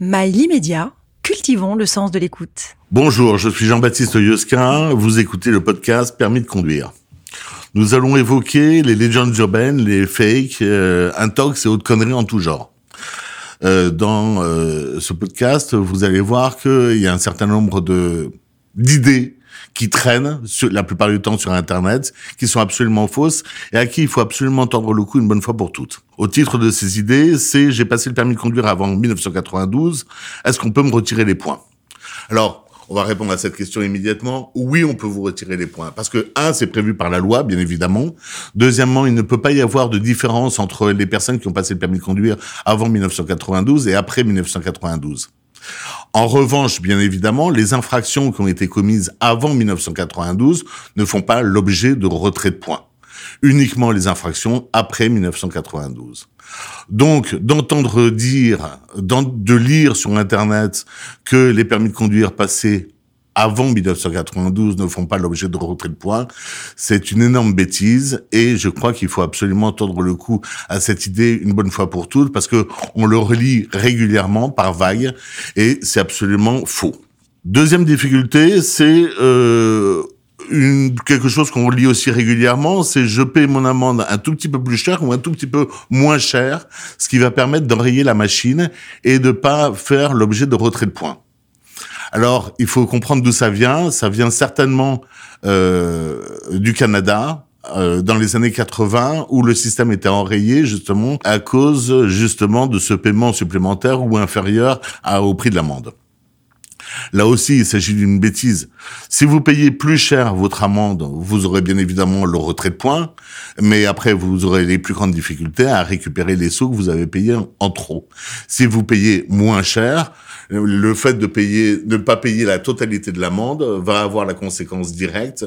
Mail immédiat, cultivons le sens de l'écoute. Bonjour, je suis Jean-Baptiste Yosquin, vous écoutez le podcast Permis de conduire. Nous allons évoquer les légendes urbaines, les fakes, intox et autres conneries en tout genre. Dans ce podcast, vous allez voir qu'il y a un certain nombre d'idées qui traînent la plupart du temps sur Internet, qui sont absolument fausses et à qui il faut absolument tordre le cou une bonne fois pour toutes. Au titre de ces idées, c'est « J'ai passé le permis de conduire avant 1992, est-ce qu'on peut me retirer les points ?» Alors, on va répondre à cette question immédiatement. Oui, on peut vous retirer les points. Parce que, c'est prévu par la loi, bien évidemment. Deuxièmement, il ne peut pas y avoir de différence entre les personnes qui ont passé le permis de conduire avant 1992 et après 1992. En revanche, bien évidemment, les infractions qui ont été commises avant 1992 ne font pas l'objet de retrait de points. Uniquement les infractions après 1992. Donc, d'entendre dire, de lire sur Internet que les permis de conduire passés avant 1992 ne font pas l'objet de retrait de points, c'est une énorme bêtise et je crois qu'il faut absolument tordre le cou à cette idée une bonne fois pour toutes parce que on le relit régulièrement par vagues et c'est absolument faux. Deuxième difficulté, c'est quelque chose qu'on lit aussi régulièrement, c'est je paie mon amende un tout petit peu plus cher ou un tout petit peu moins cher, ce qui va permettre d'enrayer la machine et de pas faire l'objet de retrait de points. Alors, il faut comprendre d'où ça vient. Ça vient certainement du Canada, dans les années 80, où le système était enrayé, justement, à cause, justement, de ce paiement supplémentaire ou inférieur au prix de l'amende. Là aussi, il s'agit d'une bêtise. Si vous payez plus cher votre amende, vous aurez bien évidemment le retrait de points, mais après, vous aurez les plus grandes difficultés à récupérer les sous que vous avez payés en trop. Si vous payez moins cher, le fait de ne pas payer la totalité de l'amende va avoir la conséquence directe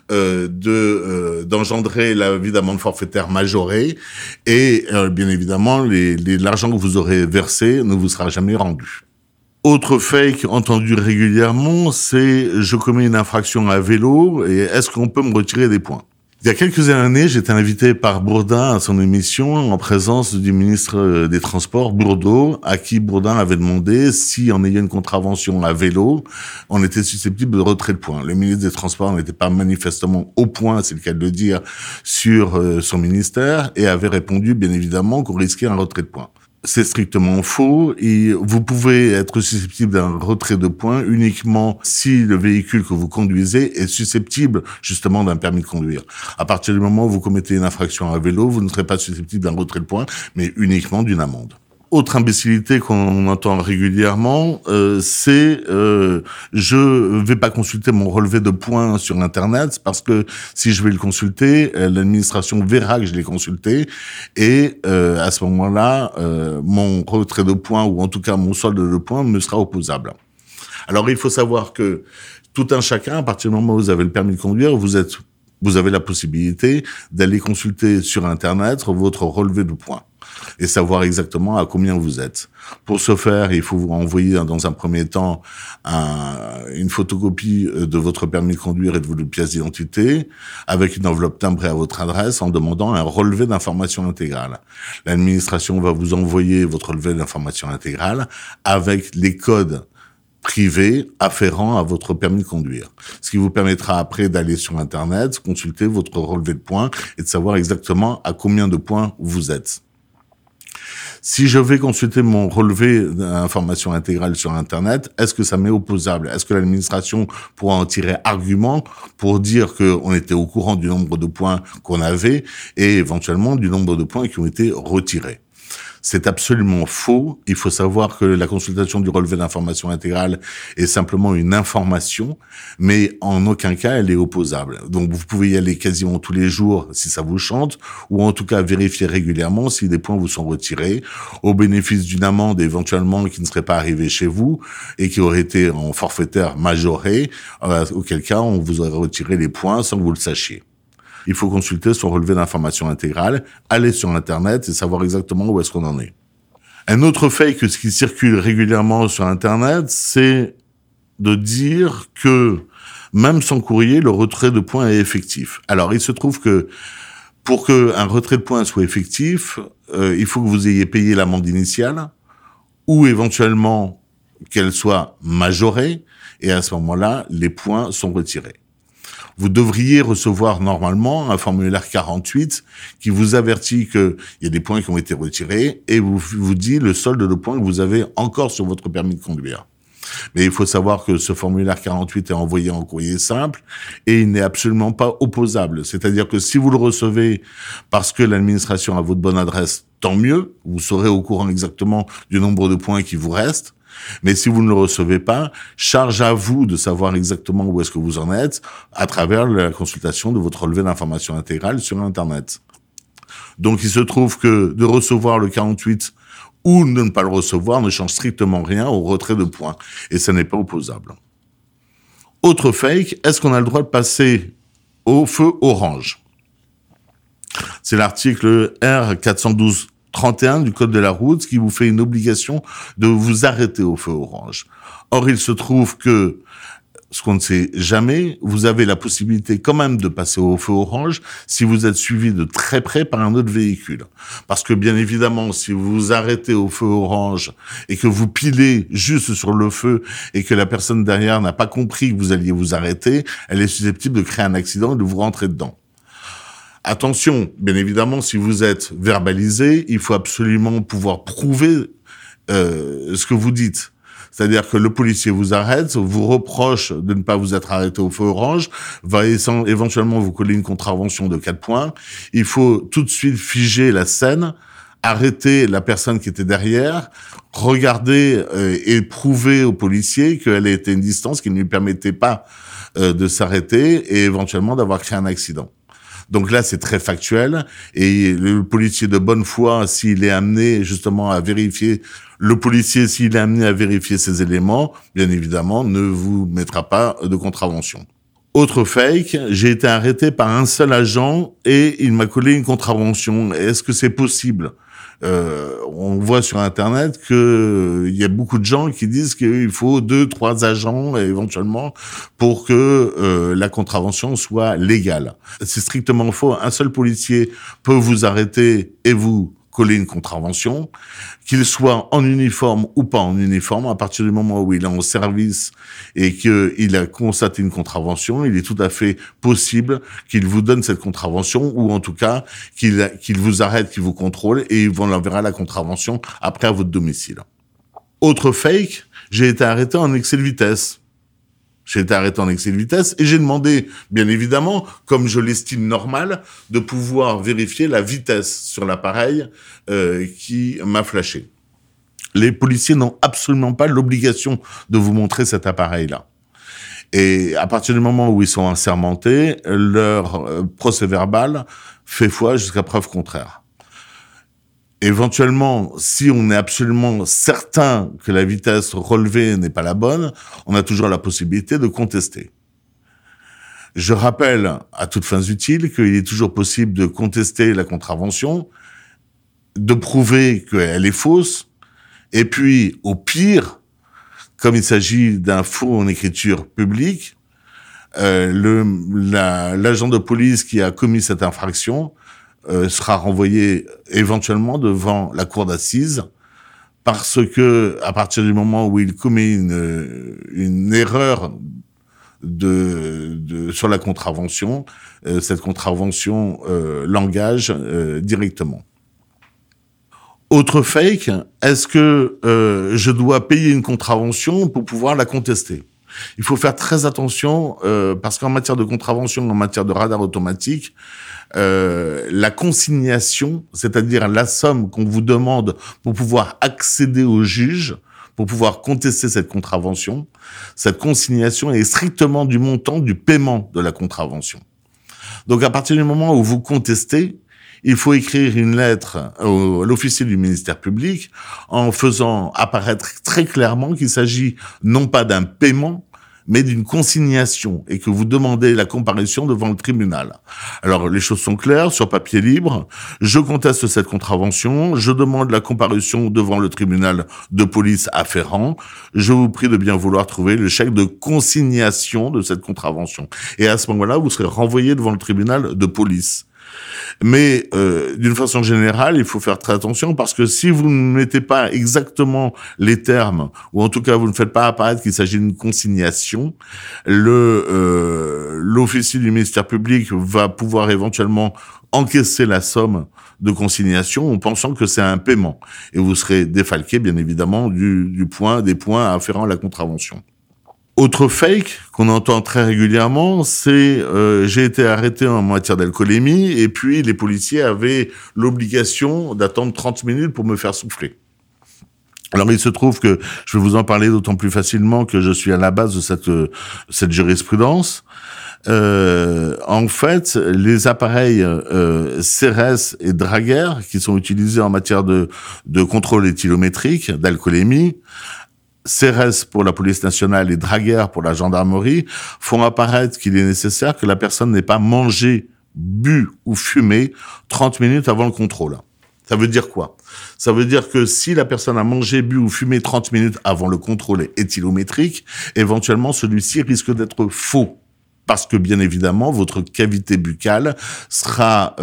d'engendrer la vie d'amende forfaitaire majorée et bien évidemment l'argent que vous aurez versé ne vous sera jamais rendu. Autre fake entendu régulièrement, c'est je commets une infraction à vélo et est-ce qu'on peut me retirer des points ? Il y a quelques années, j'étais invité par Bourdin à son émission en présence du ministre des Transports, Bourdeau, à qui Bourdin avait demandé si, en ayant une contravention à vélo, on était susceptible de retrait de points. Le ministre des Transports n'était pas manifestement au point, c'est le cas de le dire, sur son ministère et avait répondu, bien évidemment, qu'on risquait un retrait de points. C'est strictement faux et vous pouvez être susceptible d'un retrait de points uniquement si le véhicule que vous conduisez est susceptible justement d'un permis de conduire. À partir du moment où vous commettez une infraction à vélo, vous ne serez pas susceptible d'un retrait de points, mais uniquement d'une amende. Autre imbécilité qu'on entend régulièrement, c'est je vais pas consulter mon relevé de points sur Internet parce que si je vais le consulter, l'administration verra que je l'ai consulté et à ce moment-là, mon retrait de points ou en tout cas mon solde de points me sera opposable. Alors il faut savoir que tout un chacun, à partir du moment où vous avez le permis de conduire, vous avez la possibilité d'aller consulter sur Internet votre relevé de points et savoir exactement à combien vous êtes. Pour ce faire, il faut vous envoyer dans un premier temps une photocopie de votre permis de conduire et de votre pièce d'identité avec une enveloppe timbrée à votre adresse en demandant un relevé d'information intégrale. L'administration va vous envoyer votre relevé d'information intégrale avec les codes privés afférents à votre permis de conduire. Ce qui vous permettra après d'aller sur Internet, consulter votre relevé de points et de savoir exactement à combien de points vous êtes. Si je vais consulter mon relevé d'information intégrale sur Internet, est-ce que ça m'est opposable ? Est-ce que l'administration pourra en tirer argument pour dire qu'on était au courant du nombre de points qu'on avait et éventuellement du nombre de points qui ont été retirés ? C'est absolument faux. Il faut savoir que la consultation du relevé d'information intégrale est simplement une information, mais en aucun cas elle est opposable. Donc vous pouvez y aller quasiment tous les jours si ça vous chante, ou en tout cas vérifier régulièrement si des points vous sont retirés, au bénéfice d'une amende éventuellement qui ne serait pas arrivée chez vous et qui aurait été en forfaitaire majoré, auquel cas on vous aurait retiré les points sans que vous le sachiez. Il faut consulter son relevé d'information intégrale, aller sur Internet et savoir exactement où est-ce qu'on en est. Un autre fake qui circule régulièrement sur Internet, c'est de dire que même sans courrier, le retrait de points est effectif. Alors, il se trouve que pour qu'un retrait de points soit effectif, il faut que vous ayez payé l'amende initiale ou éventuellement qu'elle soit majorée, et à ce moment-là, les points sont retirés. Vous devriez recevoir normalement un formulaire 48 qui vous avertit qu'il y a des points qui ont été retirés et vous dit le solde de points que vous avez encore sur votre permis de conduire. Mais il faut savoir que ce formulaire 48 est envoyé en courrier simple et il n'est absolument pas opposable. C'est-à-dire que si vous le recevez parce que l'administration a votre bonne adresse, tant mieux, vous serez au courant exactement du nombre de points qui vous restent. Mais si vous ne le recevez pas, charge à vous de savoir exactement où est-ce que vous en êtes à travers la consultation de votre relevé d'information intégrale sur Internet. Donc il se trouve que de recevoir le 48 ou de ne pas le recevoir ne change strictement rien au retrait de points. Et ça n'est pas opposable. Autre fake, est-ce qu'on a le droit de passer au feu orange ? C'est l'article R412-31 du Code de la route qui vous fait une obligation de vous arrêter au feu orange. Or, il se trouve que, ce qu'on ne sait jamais, vous avez la possibilité quand même de passer au feu orange si vous êtes suivi de très près par un autre véhicule. Parce que bien évidemment, si vous vous arrêtez au feu orange et que vous pilez juste sur le feu et que la personne derrière n'a pas compris que vous alliez vous arrêter, elle est susceptible de créer un accident et de vous rentrer dedans. Attention, bien évidemment, si vous êtes verbalisé, il faut absolument pouvoir prouver ce que vous dites. C'est-à-dire que le policier vous arrête, vous reproche de ne pas vous être arrêté au feu orange, va éventuellement vous coller une contravention de 4 points. Il faut tout de suite figer la scène, arrêter la personne qui était derrière, regarder et prouver au policier qu'elle était à une distance qui ne lui permettait pas de s'arrêter et éventuellement d'avoir créé un accident. Donc là, c'est très factuel et le policier de bonne foi, s'il est amené justement à vérifier, le policier, s'il est amené à vérifier ces éléments, bien évidemment, ne vous mettra pas de contravention. Autre fake, j'ai été arrêté par un seul agent et il m'a collé une contravention. Est-ce que c'est possible ? On voit sur Internet que il y a beaucoup de gens qui disent qu'il faut 2-3 agents éventuellement pour que la contravention soit légale. C'est strictement faux. Un seul policier peut vous arrêter et vous coller une contravention, qu'il soit en uniforme ou pas en uniforme. À partir du moment où il est en service et qu'il a constaté une contravention, il est tout à fait possible qu'il vous donne cette contravention ou en tout cas qu'il vous arrête, qu'il vous contrôle et il vous enverra la contravention après à votre domicile. Autre fake, j'ai été arrêté en excès de vitesse. J'ai été arrêté en excès de vitesse et j'ai demandé, bien évidemment, comme je l'estime normal, de pouvoir vérifier la vitesse sur l'appareil qui m'a flashé. Les policiers n'ont absolument pas l'obligation de vous montrer cet appareil-là. Et à partir du moment où ils sont assermentés, leur procès-verbal fait foi jusqu'à preuve contraire. Éventuellement, si on est absolument certain que la vitesse relevée n'est pas la bonne, on a toujours la possibilité de contester. Je rappelle, à toutes fins utiles, qu'il est toujours possible de contester la contravention, de prouver qu'elle est fausse, et puis, au pire, comme il s'agit d'un faux en écriture publique, l'agent de police qui a commis cette infraction sera renvoyé éventuellement devant la cour d'assises parce que à partir du moment où il commet une erreur sur la contravention, cette contravention l'engage directement. Autre fake, est-ce que je dois payer une contravention pour pouvoir la contester ? Il faut faire très attention parce qu'en matière de contravention, en matière de radar automatique, la consignation, c'est-à-dire la somme qu'on vous demande pour pouvoir accéder au juge, pour pouvoir contester cette contravention, cette consignation est strictement du montant du paiement de la contravention. Donc à partir du moment où vous contestez, il faut écrire une lettre à l'officier du ministère public en faisant apparaître très clairement qu'il s'agit non pas d'un paiement, mais d'une consignation et que vous demandez la comparution devant le tribunal. Alors, les choses sont claires, sur papier libre. Je conteste cette contravention. Je demande la comparution devant le tribunal de police afférent. Je vous prie de bien vouloir trouver le chèque de consignation de cette contravention. Et à ce moment-là, vous serez renvoyé devant le tribunal de police. Mais d'une façon générale, il faut faire très attention parce que si vous ne mettez pas exactement les termes, ou en tout cas vous ne faites pas apparaître qu'il s'agit d'une consignation, l'officier du ministère public va pouvoir éventuellement encaisser la somme de consignation en pensant que c'est un paiement. Et vous serez défalqué, bien évidemment, des points afférents à la contravention. Autre fake qu'on entend très régulièrement, c'est j'ai été arrêté en matière d'alcoolémie et puis les policiers avaient l'obligation d'attendre 30 minutes pour me faire souffler. Alors il se trouve que je vais vous en parler d'autant plus facilement que je suis à la base de cette jurisprudence. En fait, les appareils CRS et Draguer qui sont utilisés en matière de contrôle éthylométrique, d'alcoolémie, CRS pour la police nationale et Draguer pour la gendarmerie, font apparaître qu'il est nécessaire que la personne n'ait pas mangé, bu ou fumé 30 minutes avant le contrôle. Ça veut dire quoi? Ça veut dire que si la personne a mangé, bu ou fumé 30 minutes avant le contrôle éthylométrique, éventuellement celui-ci risque d'être faux. Parce que bien évidemment, votre cavité buccale sera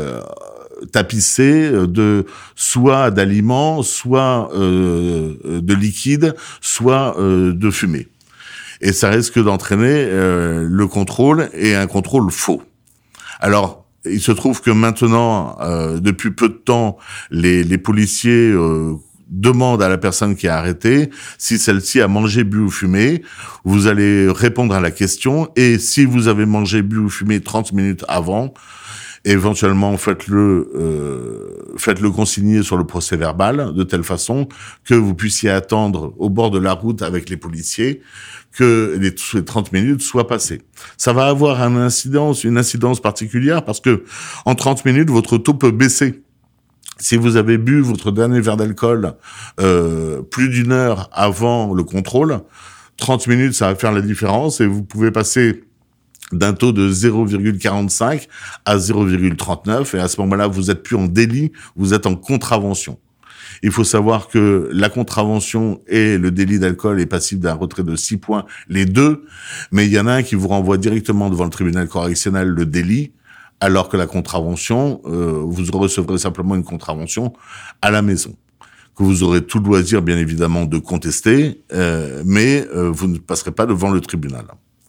tapissée de soit d'aliments, soit de liquide, soit de fumée. Et ça risque d'entraîner le contrôle et un contrôle faux. Alors, il se trouve que maintenant, depuis peu de temps, les policiers demandent à la personne qui est arrêtée si celle-ci a mangé, bu ou fumé. Vous allez répondre à la question et si vous avez mangé, bu ou fumé 30 minutes avant, éventuellement faites-le consigner sur le procès-verbal de telle façon que vous puissiez attendre au bord de la route avec les policiers que les 30 minutes soient passées. Ça va avoir une incidence particulière parce que en 30 minutes, votre taux peut baisser. Si vous avez bu votre dernier verre d'alcool plus d'une heure avant le contrôle, 30 minutes, ça va faire la différence et vous pouvez passer d'un taux de 0,45 à 0,39 et à ce moment-là, vous êtes plus en délit, vous êtes en contravention. Il faut savoir que la contravention et le délit d'alcool est passible d'un retrait de 6 points, les deux, mais il y en a un qui vous renvoie directement devant le tribunal correctionnel, le délit, alors que la contravention, vous recevrez simplement une contravention à la maison, que vous aurez tout le loisir, bien évidemment, de contester, mais vous ne passerez pas devant le tribunal.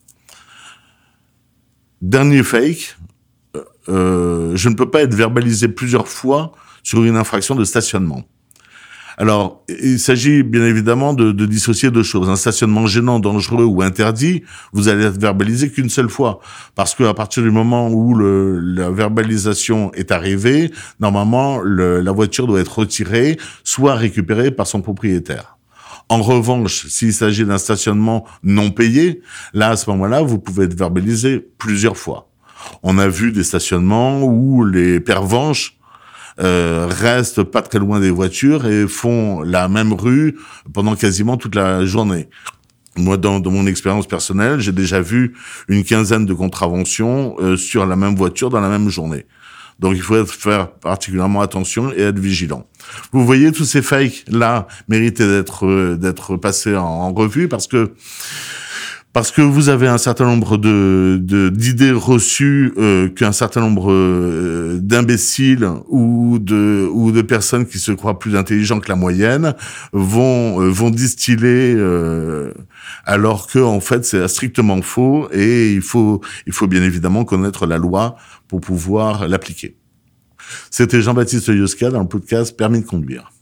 Dernier fake, je ne peux pas être verbalisé plusieurs fois sur une infraction de stationnement. Alors, il s'agit bien évidemment de dissocier deux choses. Un stationnement gênant, dangereux ou interdit, vous allez être verbalisé qu'une seule fois. Parce que à partir du moment où la verbalisation est arrivée, normalement, la voiture doit être retirée, soit récupérée par son propriétaire. En revanche, s'il s'agit d'un stationnement non payé, là, à ce moment-là, vous pouvez être verbalisé plusieurs fois. On a vu des stationnements où les pervenches restent pas très loin des voitures et font la même rue pendant quasiment toute la journée. Moi, dans mon expérience personnelle, j'ai déjà vu une quinzaine de contraventions sur la même voiture dans la même journée. Donc, il faut faire particulièrement attention et être vigilant. Vous voyez, tous ces fakes-là méritaient d'être passés en revue parce que vous avez un certain nombre d'idées reçues qu'un certain nombre d'imbéciles ou de personnes qui se croient plus intelligents que la moyenne vont distiller alors que en fait c'est strictement faux et il faut bien évidemment connaître la loi pour pouvoir l'appliquer. C'était Jean-Baptiste Yosca dans le podcast Permis de conduire.